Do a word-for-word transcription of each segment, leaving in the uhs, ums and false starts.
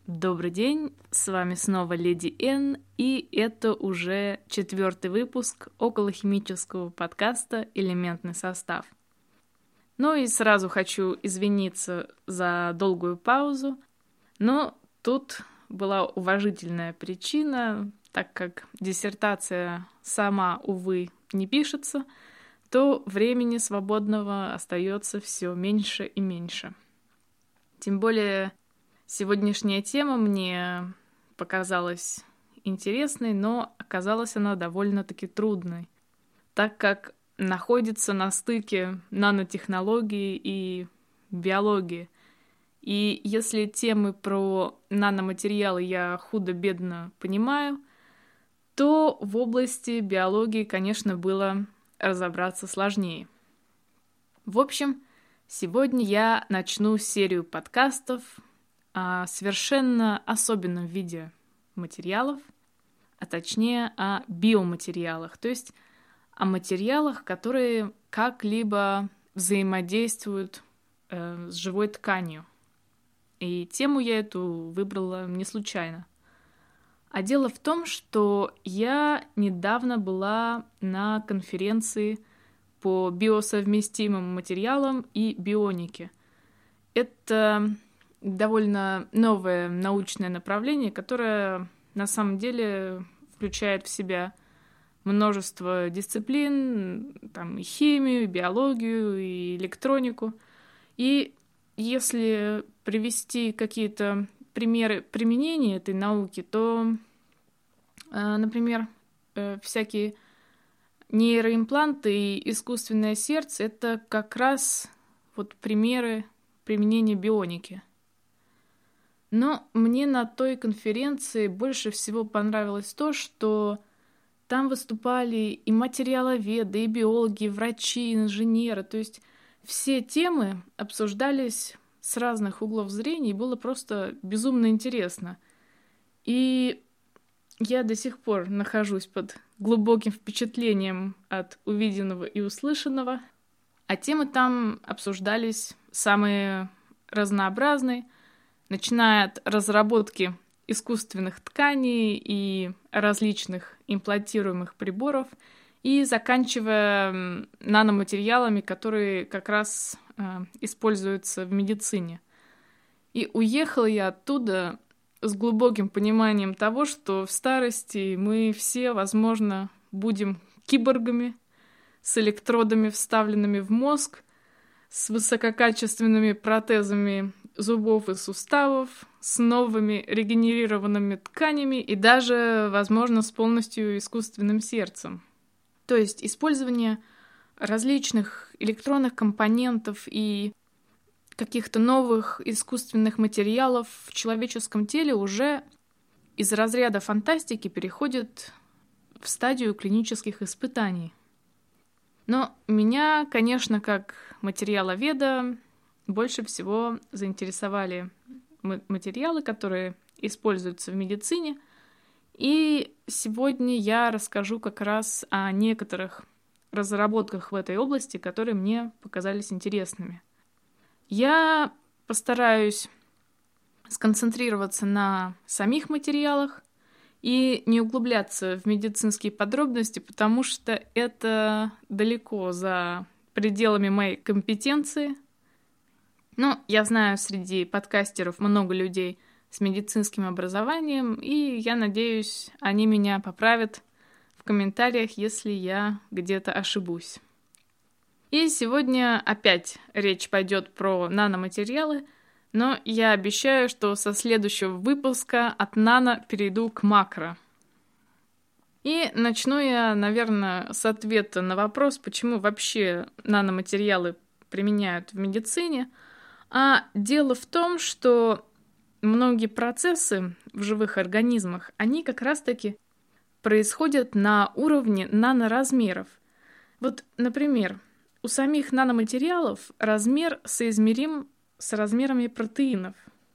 Добрый день, с вами снова Леди Н, и это уже четвертый выпуск околохимического подкаста «Элементный состав». Ну и сразу хочу извиниться за долгую паузу, но тут была уважительная причина, так как диссертация сама, увы, не пишется, то времени свободного остается все меньше и меньше. Тем более сегодняшняя тема мне показалась интересной, но оказалась она довольно-таки трудной, так как находится на стыке нанотехнологии и биологии. И если темы про наноматериалы я худо-бедно понимаю, то в области биологии, конечно, было разобраться сложнее. В общем, сегодня я начну серию подкастов о совершенно особенном виде материалов, а точнее о биоматериалах, то есть о материалах, которые как-либо взаимодействуют э, с живой тканью. И тему я эту выбрала не случайно. А дело в том, что я недавно была на конференции по биосовместимым материалам и бионике. Это довольно новое научное направление, которое на самом деле включает в себя множество дисциплин, там и химию, и биологию, и электронику. И если привести какие-то примеры применения этой науки, то, например, всякие нейроимпланты и искусственное сердце — это как раз вот примеры применения бионики. Но мне на той конференции больше всего понравилось то, что там выступали и материаловеды, и биологи, и врачи, и инженеры. То есть все темы обсуждались с разных углов зрения, и было просто безумно интересно. И я до сих пор нахожусь под глубоким впечатлением от увиденного и услышанного. А темы там обсуждались самые разнообразные, начиная от разработки искусственных тканей и различных имплантируемых приборов и заканчивая наноматериалами, которые как раз э, используются в медицине. И уехала я оттуда с глубоким пониманием того, что в старости мы все, возможно, будем киборгами с электродами, вставленными в мозг, с высококачественными протезами зубов и суставов, с новыми регенерированными тканями и даже, возможно, с полностью искусственным сердцем. То есть использование различных электронных компонентов и каких-то новых искусственных материалов в человеческом теле уже из разряда фантастики переходит в стадию клинических испытаний. Но меня, конечно, как материаловеда, больше всего заинтересовали материалы, которые используются в медицине. И сегодня я расскажу как раз о некоторых разработках в этой области, которые мне показались интересными. Я постараюсь сконцентрироваться на самих материалах и не углубляться в медицинские подробности, потому что это далеко за пределами моей компетенции. Но я знаю среди подкастеров много людей с медицинским образованием, и я надеюсь, они меня поправят в комментариях, если я где-то ошибусь. И сегодня опять речь пойдет про наноматериалы, но я обещаю, что со следующего выпуска от нано перейду к макро. И начну я, наверное, с ответа на вопрос, почему вообще наноматериалы применяют в медицине. А дело в том, что многие процессы в живых организмах, они как раз-таки происходят на уровне наноразмеров. Вот, например, у самих наноматериалов размер соизмерим с размерами протеинов.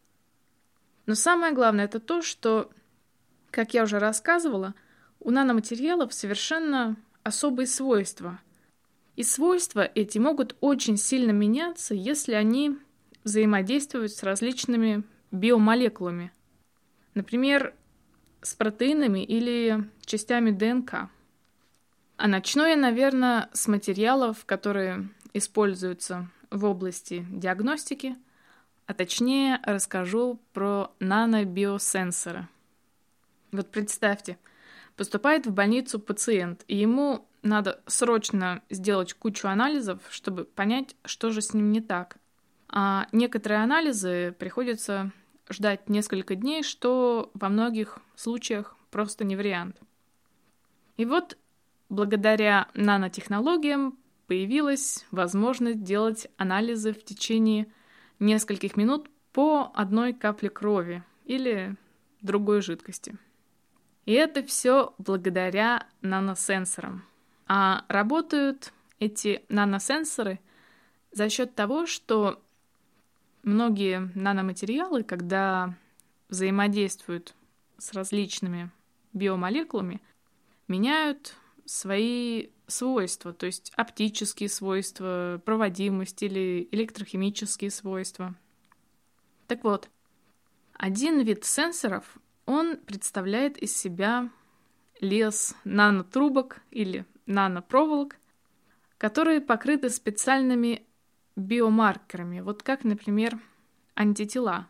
Но самое главное это то, что, как я уже рассказывала, у наноматериалов совершенно особые свойства. И свойства эти могут очень сильно меняться, если они взаимодействуют с различными биомолекулами. Например, с протеинами или частями ДНК. А начну я, наверное, с материалов, которые используются в области диагностики, а точнее расскажу про нанобиосенсоры. Вот представьте, поступает в больницу пациент, и ему надо срочно сделать кучу анализов, чтобы понять, что же с ним не так. А некоторые анализы приходится ждать несколько дней, что во многих случаях просто не вариант. И вот благодаря нанотехнологиям появилась возможность делать анализы в течение нескольких минут по одной капле крови или другой жидкости. И это все благодаря наносенсорам. А работают эти наносенсоры за счет того, что многие наноматериалы, когда взаимодействуют с различными биомолекулами, меняют свои свойства, то есть оптические свойства, проводимость или электрохимические свойства. Так вот, один вид сенсоров, он представляет из себя лес нанотрубок или нанопроволок, которые покрыты специальными биомаркерами, вот как, например, антитела.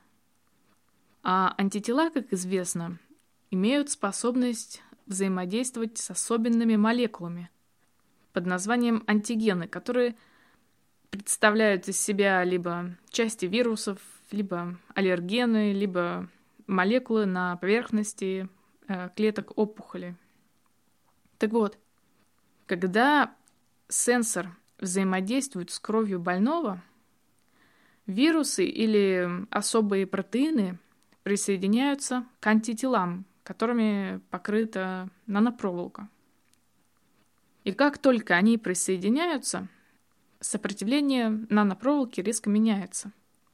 А антитела, как известно, имеют способность взаимодействовать с особенными молекулами под названием антигены, которые представляют из себя либо части вирусов, либо аллергены, либо молекулы на поверхности э, клеток опухоли. Так вот, когда сенсор взаимодействует с кровью больного, вирусы или особые протеины присоединяются к антителам, которыми покрыта нанопроволока. И как только они присоединяются, сопротивление нанопроволоки резко меняется.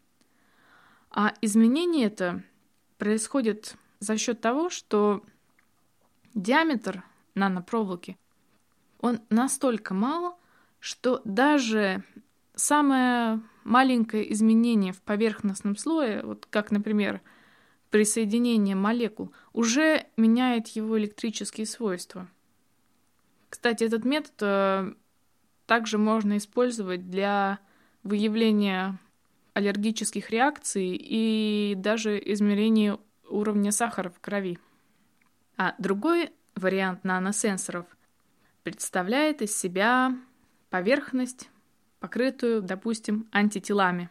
А изменение это происходит за счет того, что диаметр нанопроволоки, он настолько мал, что даже самое маленькое изменение в поверхностном слое, вот как, например, присоединение молекул, уже меняет его электрические свойства. Кстати, этот метод э, также можно использовать для выявления аллергических реакций и даже измерения уровня сахара в крови. А другой вариант наносенсоров представляет из себя поверхность, покрытую, допустим, антителами.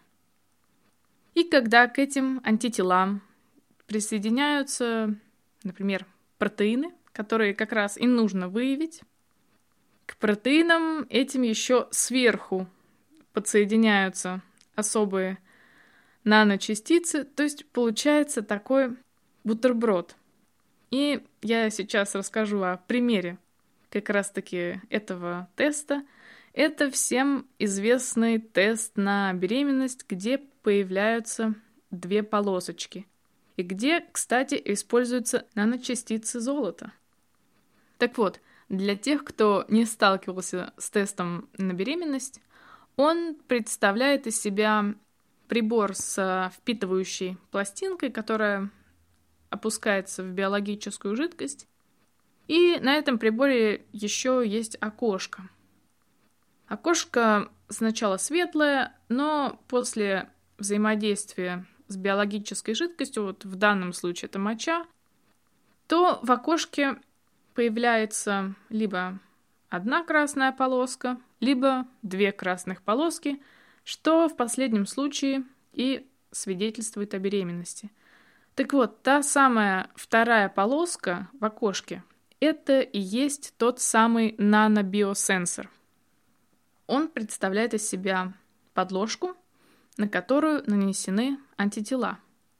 И когда к этим антителам присоединяются, например, протеины, которые как раз и нужно выявить, к протеинам этим еще сверху подсоединяются особые наночастицы, то есть получается такой бутерброд. И я сейчас расскажу о примере как раз-таки этого теста. Это всем известный тест на беременность, где появляются две полосочки. И где, кстати, используются наночастицы золота. Так вот, для тех, кто не сталкивался с тестом на беременность, он представляет из себя прибор с впитывающей пластинкой, которая опускается в биологическую жидкость. И на этом приборе еще есть окошко. Окошко сначала светлое, но после взаимодействия с биологической жидкостью, вот в данном случае это моча, то в окошке появляется либо одна красная полоска, либо две красных полоски, что в последнем случае и свидетельствует о беременности. Так вот, та самая вторая полоска в окошке – это и есть тот самый нанобиосенсор. Он представляет из себя подложку, на которую нанесены антитела.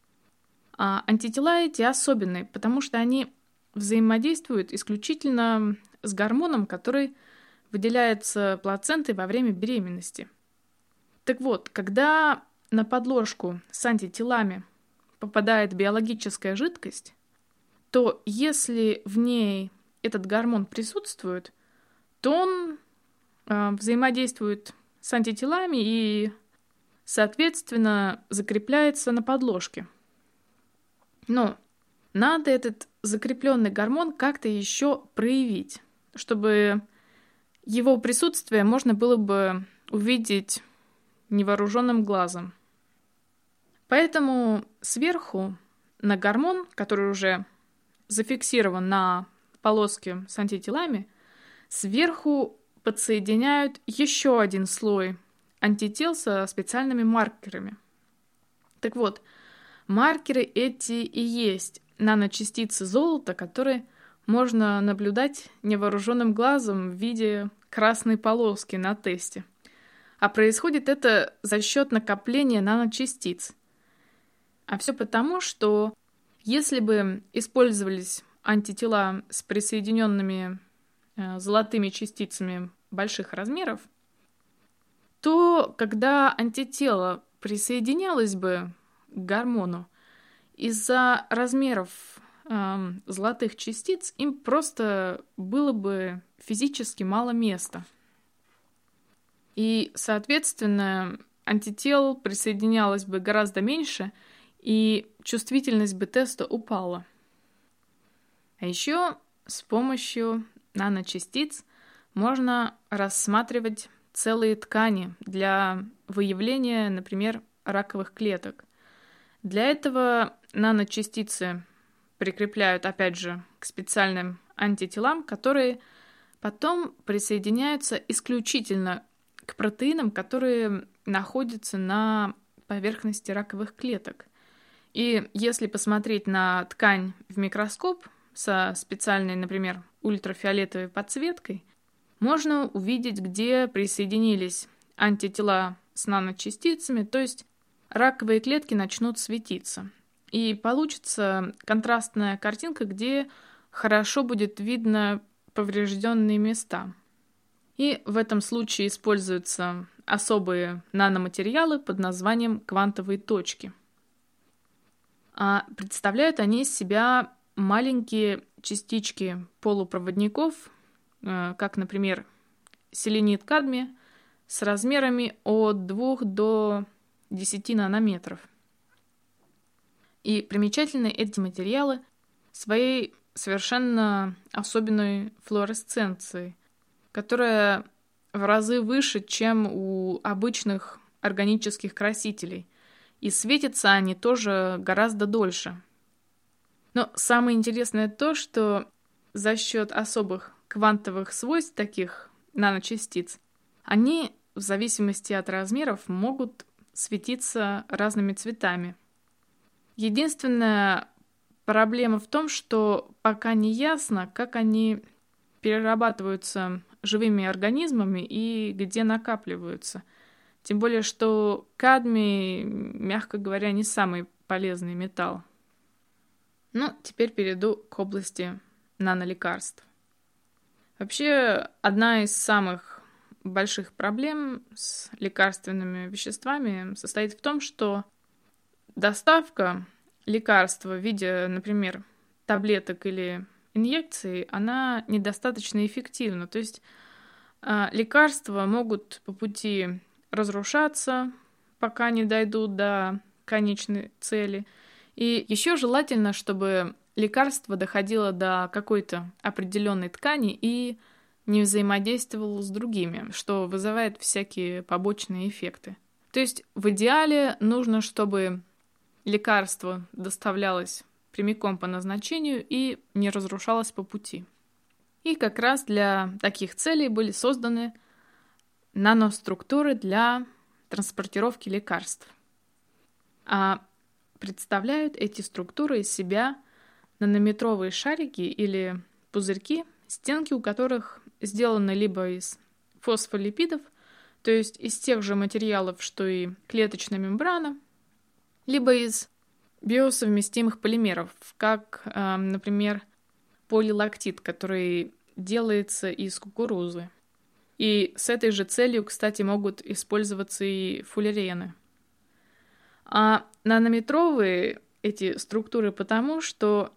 А антитела эти особенные, потому что они взаимодействуют исключительно с гормоном, который выделяется плацентой во время беременности. Так вот, когда на подложку с антителами попадает биологическая жидкость, то если в ней этот гормон присутствует, то он э, взаимодействует с антителами и, соответственно, закрепляется на подложке. Но надо этот закрепленный гормон как-то еще проявить, чтобы его присутствие можно было бы увидеть невооруженным глазом. Поэтому сверху на гормон, который уже зафиксирован на полоске с антителами, сверху подсоединяют еще один слой антител со специальными маркерами. Так вот, маркеры эти и есть наночастицы золота, которые можно наблюдать невооруженным глазом в виде красной полоски на тесте. А происходит это за счет накопления наночастиц. А все потому, что если бы использовались антитела с присоединенными э, золотыми частицами больших размеров, то когда антитело присоединялось бы к гормону, из-за размеров э, золотых частиц им просто было бы физически мало места. И, соответственно, антител присоединялось бы гораздо меньше, и чувствительность бы теста упала. А еще с помощью наночастиц можно рассматривать целые ткани для выявления, например, раковых клеток. Для этого наночастицы прикрепляют, опять же, к специальным антителам, которые потом присоединяются исключительно к протеинам, которые находятся на поверхности раковых клеток. И если посмотреть на ткань в микроскоп со специальной, например, ультрафиолетовой подсветкой, можно увидеть, где присоединились антитела с наночастицами, то есть раковые клетки начнут светиться. И получится контрастная картинка, где хорошо будет видно поврежденные места. И в этом случае используются особые наноматериалы под названием квантовые точки. А представляют они из себя маленькие частички полупроводников, как, например, селенит кадмия, с размерами от двух до десяти нанометров. И примечательны эти материалы своей совершенно особенной флуоресценцией, которая в разы выше, чем у обычных органических красителей, и светятся они тоже гораздо дольше. Но самое интересное то, что за счет особых квантовых свойств таких наночастиц они в зависимости от размеров могут светиться разными цветами. Единственная проблема в том, что пока не ясно, как они перерабатываются живыми организмами и где накапливаются. Тем более, что кадмий, мягко говоря, не самый полезный металл. Ну, теперь перейду к области нанолекарств. Вообще, одна из самых больших проблем с лекарственными веществами состоит в том, что доставка лекарства в виде, например, таблеток или инъекций, она недостаточно эффективна. То есть э, лекарства могут по пути разрушаться, пока не дойдут до конечной цели. И еще желательно, чтобы лекарство доходило до какой-то определенной ткани и не взаимодействовало с другими, что вызывает всякие побочные эффекты. То есть в идеале нужно, чтобы лекарство доставлялось прямиком по назначению и не разрушалось по пути. И как раз для таких целей были созданы наноструктуры для транспортировки лекарств. А представляют эти структуры из себя нанометровые шарики или пузырьки, стенки у которых сделаны либо из фосфолипидов, то есть из тех же материалов, что и клеточная мембрана, либо из биосовместимых полимеров, как, э, например, полилактид, который делается из кукурузы. И с этой же целью, кстати, могут использоваться и фуллерены. А нанометровые эти структуры потому, что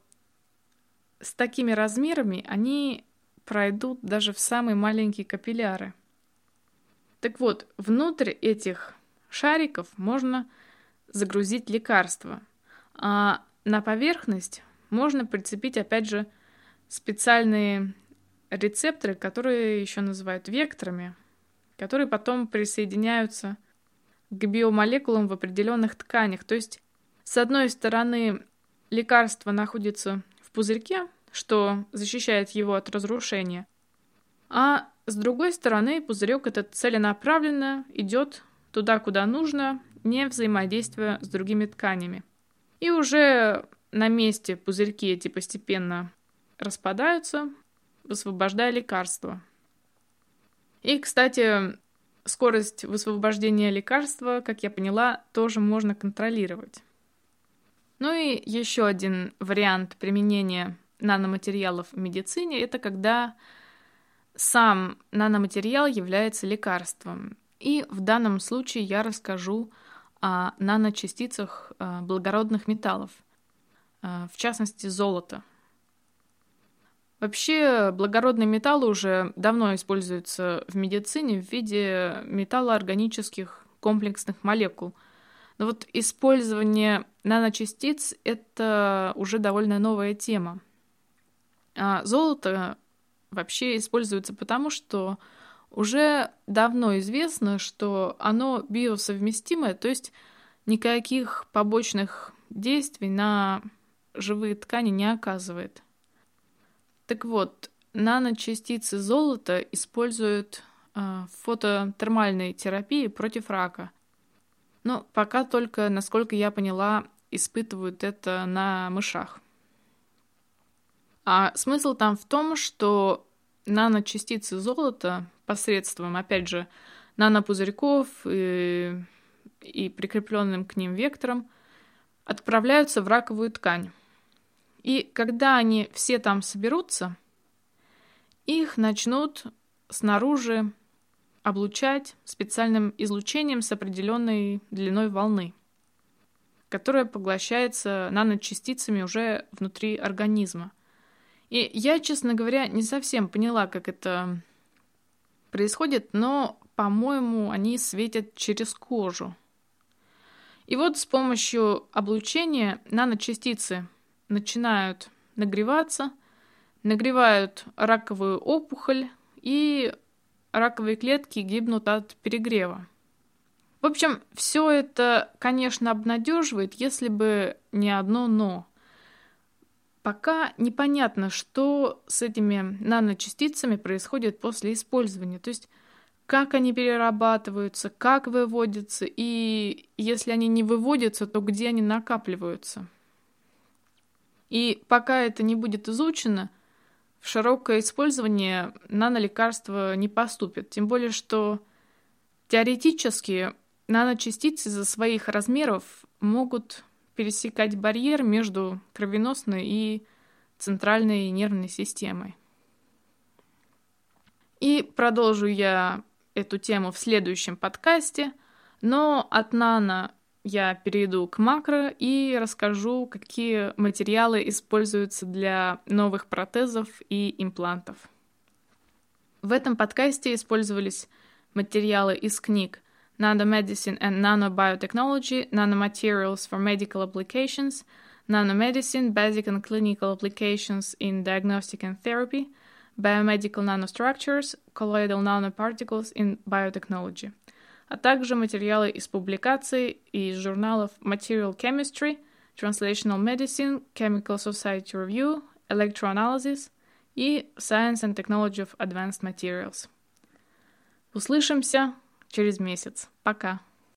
с такими размерами они пройдут даже в самые маленькие капилляры. Так вот, внутрь этих шариков можно загрузить лекарство, а на поверхность можно прицепить, опять же, специальные рецепторы, которые еще называют векторами, которые потом присоединяются к биомолекулам в определенных тканях. То есть, с одной стороны, лекарство находится в пузырьке, что защищает его от разрушения, а с другой стороны, пузырек этот целенаправленно идет туда, куда нужно, не взаимодействуя с другими тканями. И уже на месте пузырьки эти постепенно распадаются, высвобождая лекарство. И, кстати, скорость высвобождения лекарства, как я поняла, тоже можно контролировать. Ну и еще один вариант применения наноматериалов в медицине – это когда сам наноматериал является лекарством. И в данном случае я расскажу о наночастицах благородных металлов, в частности, золота. Вообще, благородные металлы уже давно используются в медицине в виде металлоорганических комплексных молекул. Но вот использование наночастиц – это уже довольно новая тема. А золото вообще используется потому, что уже давно известно, что оно биосовместимое, то есть никаких побочных действий на живые ткани не оказывает. Так вот, наночастицы золота используют э, в фототермальной терапии против рака. Но пока только, насколько я поняла, испытывают это на мышах. А смысл там в том, что наночастицы золота посредством, опять же, нанопузырьков и, и прикрепленным к ним вектором отправляются в раковую ткань. И когда они все там соберутся, их начнут снаружи облучать специальным излучением с определенной длиной волны, которая поглощается наночастицами уже внутри организма. И я, честно говоря, не совсем поняла, как это происходит, но, по-моему, они светят через кожу. И вот с помощью облучения наночастицы начинают нагреваться, нагревают раковую опухоль, и раковые клетки гибнут от перегрева. В общем, все это, конечно, обнадеживает, если бы не одно «но». Пока непонятно, что с этими наночастицами происходит после использования. То есть, как они перерабатываются, как выводятся, и если они не выводятся, то где они накапливаются. И пока это не будет изучено, в широкое использование нанолекарства не поступят. Тем более, что теоретически наночастицы из-за своих размеров могут пересекать барьер между кровеносной и центральной нервной системой. И продолжу я эту тему в следующем подкасте, но от нано я перейду к макро и расскажу, какие материалы используются для новых протезов и имплантов. В этом подкасте использовались материалы из книг Nanomedicine and Nanobiotechnology, Nanomaterials for Medical Applications, Nanomedicine, Basic and Clinical Applications in Diagnostic and Therapy, Biomedical Nanostructures, Colloidal Nanoparticles in Biotechnology, а также материалы из публикаций и из журналов Material Chemistry, Translational Medicine, Chemical Society Review, Electroanalysis и Science and Technology of Advanced Materials. Услышимся через месяц. Пока!